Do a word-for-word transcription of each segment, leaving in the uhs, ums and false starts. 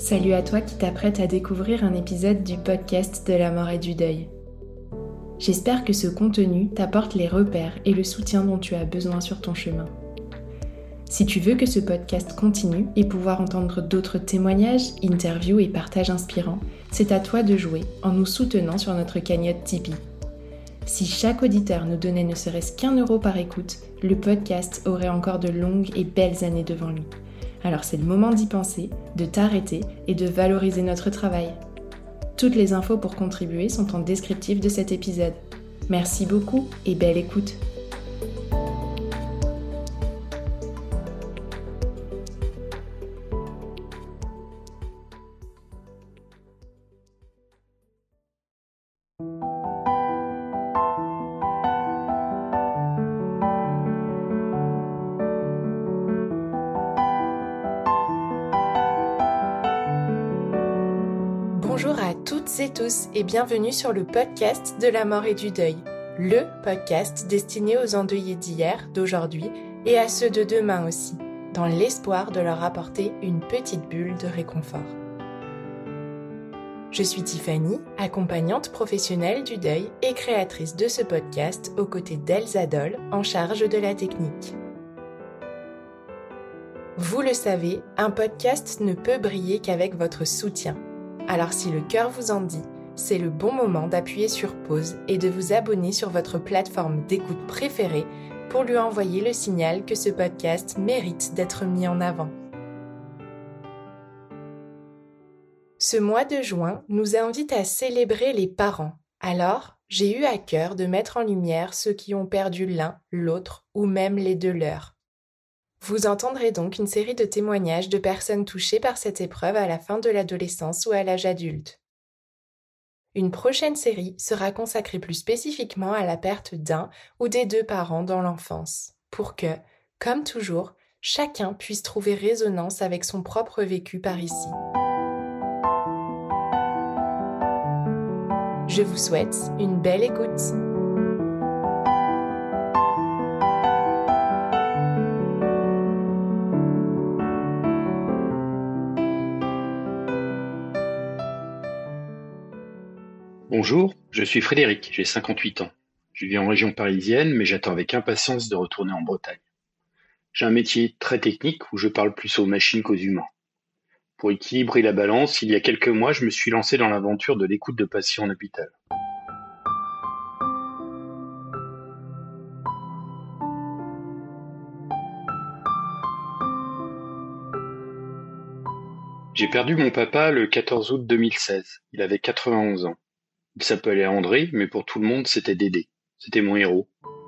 Salut à toi qui t'apprête à découvrir un épisode du podcast de la mort et du deuil. J'espère que ce contenu t'apporte les repères et le soutien dont tu as besoin sur ton chemin. Si tu veux que ce podcast continue et pouvoir entendre d'autres témoignages, interviews et partages inspirants, c'est à toi de jouer en nous soutenant sur notre cagnotte Tipeee. Si chaque auditeur nous donnait ne serait-ce qu'un euro par écoute, le podcast aurait encore de longues et belles années devant lui. Alors c'est le moment d'y penser, de t'arrêter et de valoriser notre travail. Toutes les infos pour contribuer sont en descriptif de cet épisode. Merci beaucoup et belle écoute. Bonjour à toutes et tous et bienvenue sur le podcast de la mort et du deuil, le podcast destiné aux endeuillés d'hier, d'aujourd'hui et à ceux de demain aussi, dans l'espoir de leur apporter une petite bulle de réconfort. Je suis Tiffany, accompagnante professionnelle du deuil et créatrice de ce podcast aux côtés d'Elsa Doll en charge de la technique. Vous le savez, un podcast ne peut briller qu'avec votre soutien. Alors si le cœur vous en dit, c'est le bon moment d'appuyer sur pause et de vous abonner sur votre plateforme d'écoute préférée pour lui envoyer le signal que ce podcast mérite d'être mis en avant. Ce mois de juin nous invite à célébrer les parents. Alors, j'ai eu à cœur de mettre en lumière ceux qui ont perdu l'un, l'autre ou même les deux leurs. Vous entendrez donc une série de témoignages de personnes touchées par cette épreuve à la fin de l'adolescence ou à l'âge adulte. Une prochaine série sera consacrée plus spécifiquement à la perte d'un ou des deux parents dans l'enfance, pour que, comme toujours, chacun puisse trouver résonance avec son propre vécu par ici. Je vous souhaite une belle écoute. Bonjour, je suis Frédéric, j'ai cinquante-huit ans. Je vis en région parisienne, mais j'attends avec impatience de retourner en Bretagne. J'ai un métier très technique où je parle plus aux machines qu'aux humains. Pour équilibrer la balance, il y a quelques mois, je me suis lancé dans l'aventure de l'écoute de patients en hôpital. J'ai perdu mon papa le quatorze août deux mille seize. Il avait quatre-vingt-onze ans. Il s'appelait André, mais pour tout le monde, c'était Dédé. C'était mon héros.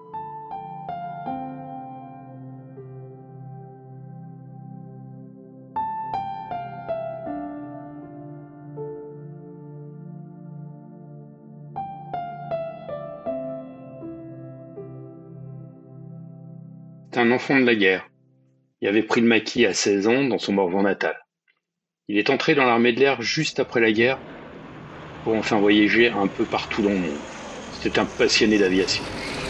C'était un enfant de la guerre. Il avait pris le maquis à seize ans dans son Morvan natal. Il est entré dans l'armée de l'air juste après la guerre pour enfin voyager un peu partout dans le monde. C'était un passionné d'aviation.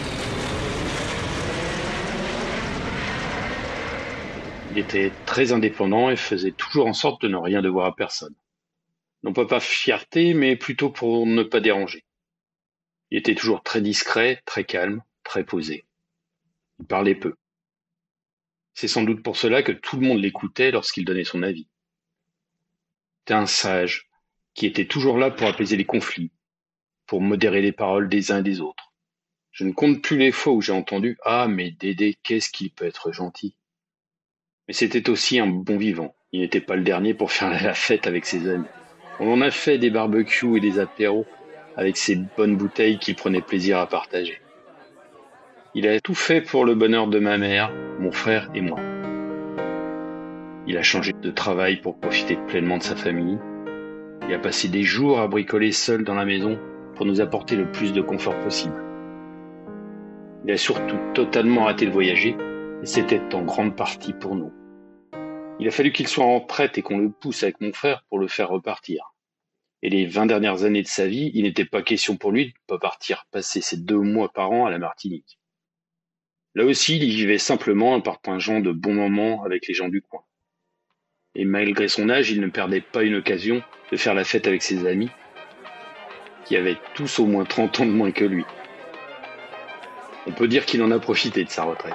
Il était très indépendant et faisait toujours en sorte de ne rien devoir à personne. Non pas par fierté, mais plutôt pour ne pas déranger. Il était toujours très discret, très calme, très posé. Il parlait peu. C'est sans doute pour cela que tout le monde l'écoutait lorsqu'il donnait son avis. C'était un sage qui était toujours là pour apaiser les conflits, pour modérer les paroles des uns et des autres. Je ne compte plus les fois où j'ai entendu « Ah, mais Dédé, qu'est-ce qu'il peut être gentil !» Mais c'était aussi un bon vivant. Il n'était pas le dernier pour faire la fête avec ses amis. On en a fait des barbecues et des apéros avec ces bonnes bouteilles qu'il prenait plaisir à partager. Il a tout fait pour le bonheur de ma mère, mon frère et moi. Il a changé de travail pour profiter pleinement de sa famille. Il a passé des jours à bricoler seul dans la maison pour nous apporter le plus de confort possible. Il a surtout totalement arrêté de voyager, et c'était en grande partie pour nous. Il a fallu qu'il soit en retraite et qu'on le pousse avec mon frère pour le faire repartir. Et les vingt dernières années de sa vie, il n'était pas question pour lui de ne pas partir passer ses deux mois par an à la Martinique. Là aussi, il y vivait simplement en partageant de bons moments avec les gens du coin. Et malgré son âge, il ne perdait pas une occasion de faire la fête avec ses amis, qui avaient tous au moins trente ans de moins que lui. On peut dire qu'il en a profité de sa retraite.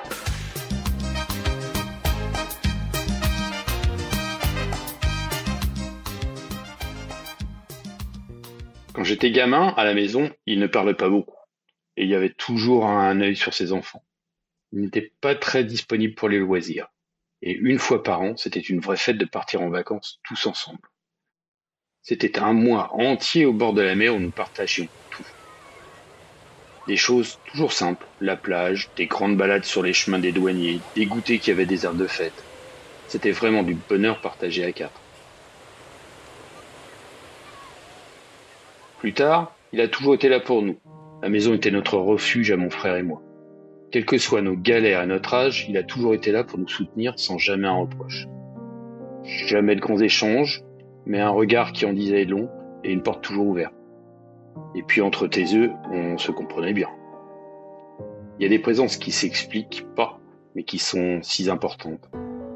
Quand j'étais gamin, à la maison, il ne parlait pas beaucoup. Et il y avait toujours un œil sur ses enfants. Il n'était pas très disponible pour les loisirs. Et une fois par an, c'était une vraie fête de partir en vacances tous ensemble. C'était un mois entier au bord de la mer où nous partagions tout. Des choses toujours simples, la plage, des grandes balades sur les chemins des douaniers, des goûters qui avaient des airs de fête. C'était vraiment du bonheur partagé à quatre. Plus tard, il a toujours été là pour nous. La maison était notre refuge à mon frère et moi. Quelles que soient nos galères à notre âge, il a toujours été là pour nous soutenir sans jamais un reproche. Jamais de grands échanges, mais un regard qui en disait long et une porte toujours ouverte. Et puis entre tes yeux, on se comprenait bien. Il y a des présences qui s'expliquent pas, mais qui sont si importantes.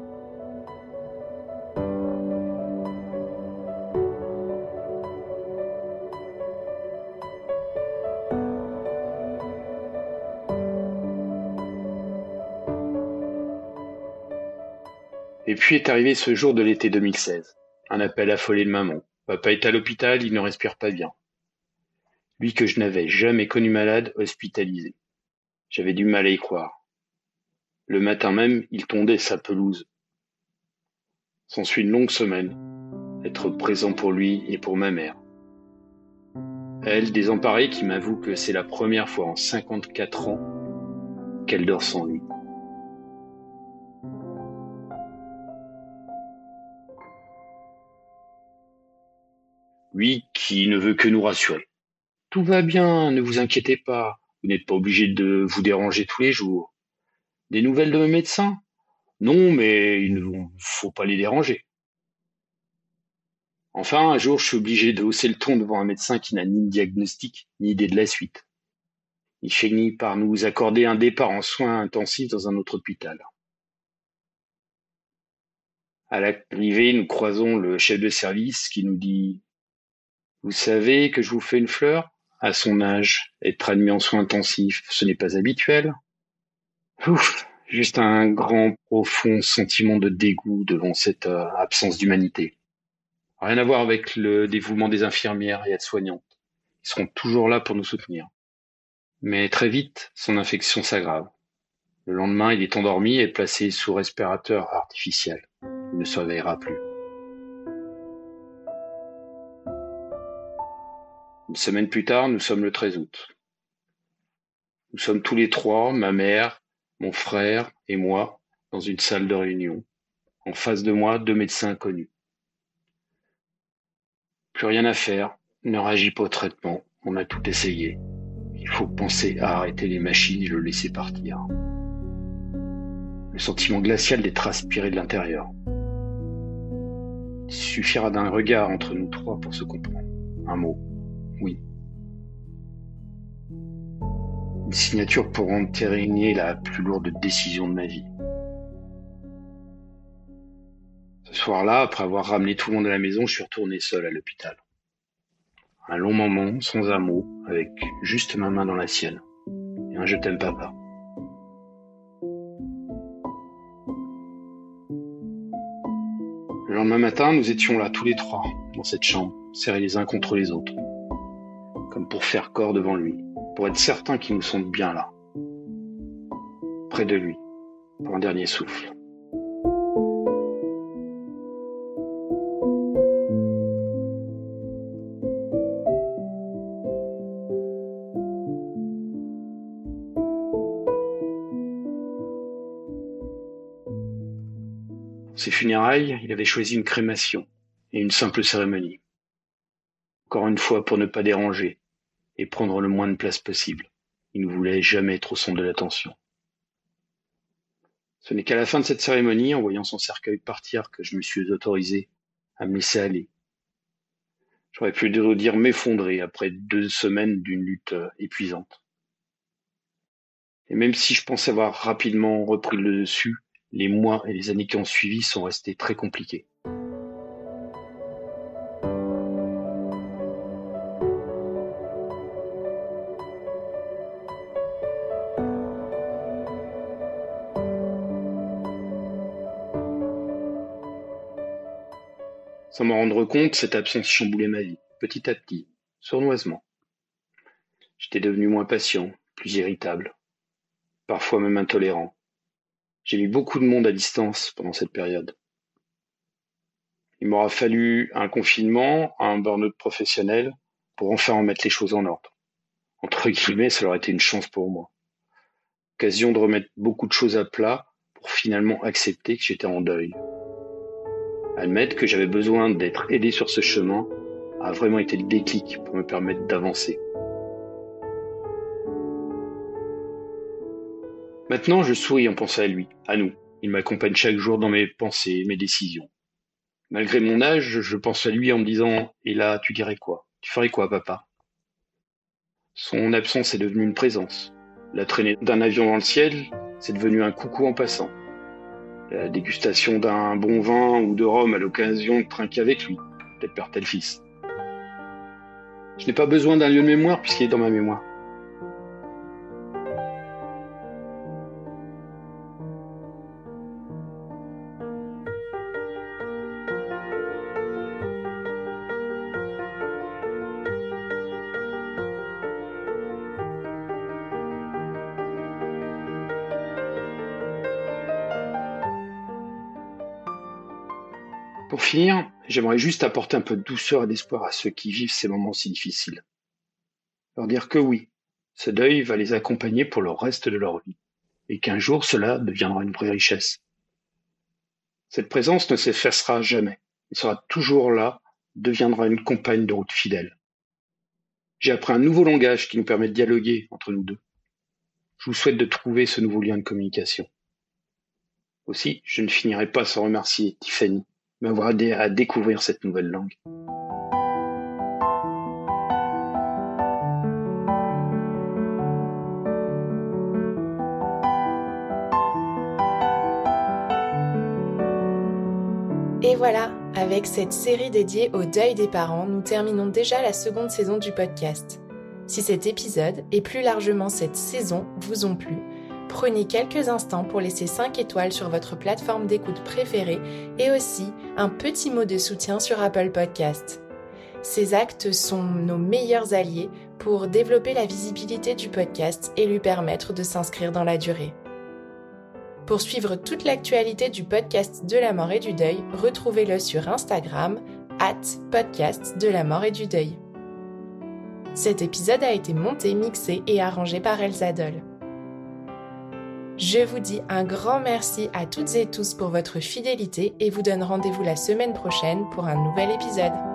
Et puis est arrivé ce jour de l'été deux mille seize. Un appel affolé de maman. Papa est à l'hôpital, il ne respire pas bien. Lui que je n'avais jamais connu malade, hospitalisé. J'avais du mal à y croire. Le matin même, il tondait sa pelouse. S'ensuit une longue semaine. Être présent pour lui et pour ma mère. Elle, désemparée, qui m'avoue que c'est la première fois en cinquante-quatre ans qu'elle dort sans lui. Lui qui ne veut que nous rassurer. Tout va bien, ne vous inquiétez pas. Vous n'êtes pas obligé de vous déranger tous les jours. Des nouvelles de mes médecins? Non, mais il ne faut pas les déranger. Enfin, un jour, je suis obligé de hausser le ton devant un médecin qui n'a ni de diagnostic, ni idée de la suite. Il finit par nous accorder un départ en soins intensifs dans un autre hôpital. À l'arrivée, nous croisons le chef de service qui nous dit « Vous savez que je vous fais une fleur ? À son âge, être admis en soins intensifs, ce n'est pas habituel. » Ouf, juste un grand, profond sentiment de dégoût devant cette euh, absence d'humanité. Rien à voir avec le dévouement des infirmières et aides-soignantes. Ils seront toujours là pour nous soutenir. Mais très vite, son infection s'aggrave. Le lendemain, il est endormi et placé sous respirateur artificiel. Il ne se réveillera plus. Une semaine plus tard, nous sommes le treize août. Nous sommes tous les trois, ma mère, mon frère et moi, dans une salle de réunion. En face de moi, deux médecins inconnus. Plus rien à faire, ne réagis pas au traitement, on a tout essayé. Il faut penser à arrêter les machines et le laisser partir. Le sentiment glacial d'être aspiré de l'intérieur. Il suffira d'un regard entre nous trois pour se comprendre. Un mot, oui. Une signature pour entériner la plus lourde décision de ma vie. Ce soir-là, après avoir ramené tout le monde à la maison, je suis retourné seul à l'hôpital. Un long moment, sans un mot, avec juste ma main dans la sienne. Et un je t'aime papa. Le lendemain matin, nous étions là tous les trois, dans cette chambre, serrés les uns contre les autres. Comme pour faire corps devant lui, pour être certain qu'il nous sente bien là. Près de lui, pour un dernier souffle. Pour ses funérailles, il avait choisi une crémation et une simple cérémonie. Encore une fois pour ne pas déranger et prendre le moins de place possible. Il ne voulait jamais être au centre de l'attention. Ce n'est qu'à la fin de cette cérémonie, en voyant son cercueil partir, que je me suis autorisé à me laisser aller. J'aurais pu dire m'effondrer après deux semaines d'une lutte épuisante. Et même si je pense avoir rapidement repris le dessus, les mois et les années qui ont suivi sont restés très compliqués. Sans m'en rendre compte, cette absence chamboulait ma vie, petit à petit, sournoisement. J'étais devenu moins patient, plus irritable, parfois même intolérant. J'ai mis beaucoup de monde à distance pendant cette période. Il m'aura fallu un confinement, un burn-out professionnel pour enfin remettre les choses en ordre. Entre guillemets, ça aurait été une chance pour moi. Occasion de remettre beaucoup de choses à plat pour finalement accepter que j'étais en deuil. Admettre que j'avais besoin d'être aidé sur ce chemin a vraiment été le déclic pour me permettre d'avancer. Maintenant, je souris en pensant à lui, à nous. Il m'accompagne chaque jour dans mes pensées, mes décisions. Malgré mon âge, je pense à lui en me disant « Et là, tu dirais quoi ? Tu ferais quoi, papa ?» Son absence est devenue une présence. La traînée d'un avion dans le ciel, c'est devenu un coucou en passant. La dégustation d'un bon vin ou de rhum à l'occasion de trinquer avec lui, tel père tel fils. Je n'ai pas besoin d'un lieu de mémoire puisqu'il est dans ma mémoire. Pour finir, j'aimerais juste apporter un peu de douceur et d'espoir à ceux qui vivent ces moments si difficiles. Leur dire que oui, ce deuil va les accompagner pour le reste de leur vie, et qu'un jour cela deviendra une vraie richesse. Cette présence ne s'effacera jamais, elle sera toujours là, deviendra une compagne de route fidèle. J'ai appris un nouveau langage qui nous permet de dialoguer entre nous deux. Je vous souhaite de trouver ce nouveau lien de communication. Aussi, je ne finirai pas sans remercier Tiffany, m'avoir aidé à découvrir cette nouvelle langue. Et voilà, avec cette série dédiée au deuil des parents, nous terminons déjà la seconde saison du podcast. Si cet épisode, et plus largement cette saison, vous ont plu, prenez quelques instants pour laisser cinq étoiles sur votre plateforme d'écoute préférée et aussi un petit mot de soutien sur Apple Podcasts. Ces actes sont nos meilleurs alliés pour développer la visibilité du podcast et lui permettre de s'inscrire dans la durée. Pour suivre toute l'actualité du podcast de la mort et du deuil, retrouvez-le sur Instagram, arobase podcast de la mort et du deuil. Cet épisode a été monté, mixé et arrangé par Elsa Doll. Je vous dis un grand merci à toutes et tous pour votre fidélité et vous donne rendez-vous la semaine prochaine pour un nouvel épisode.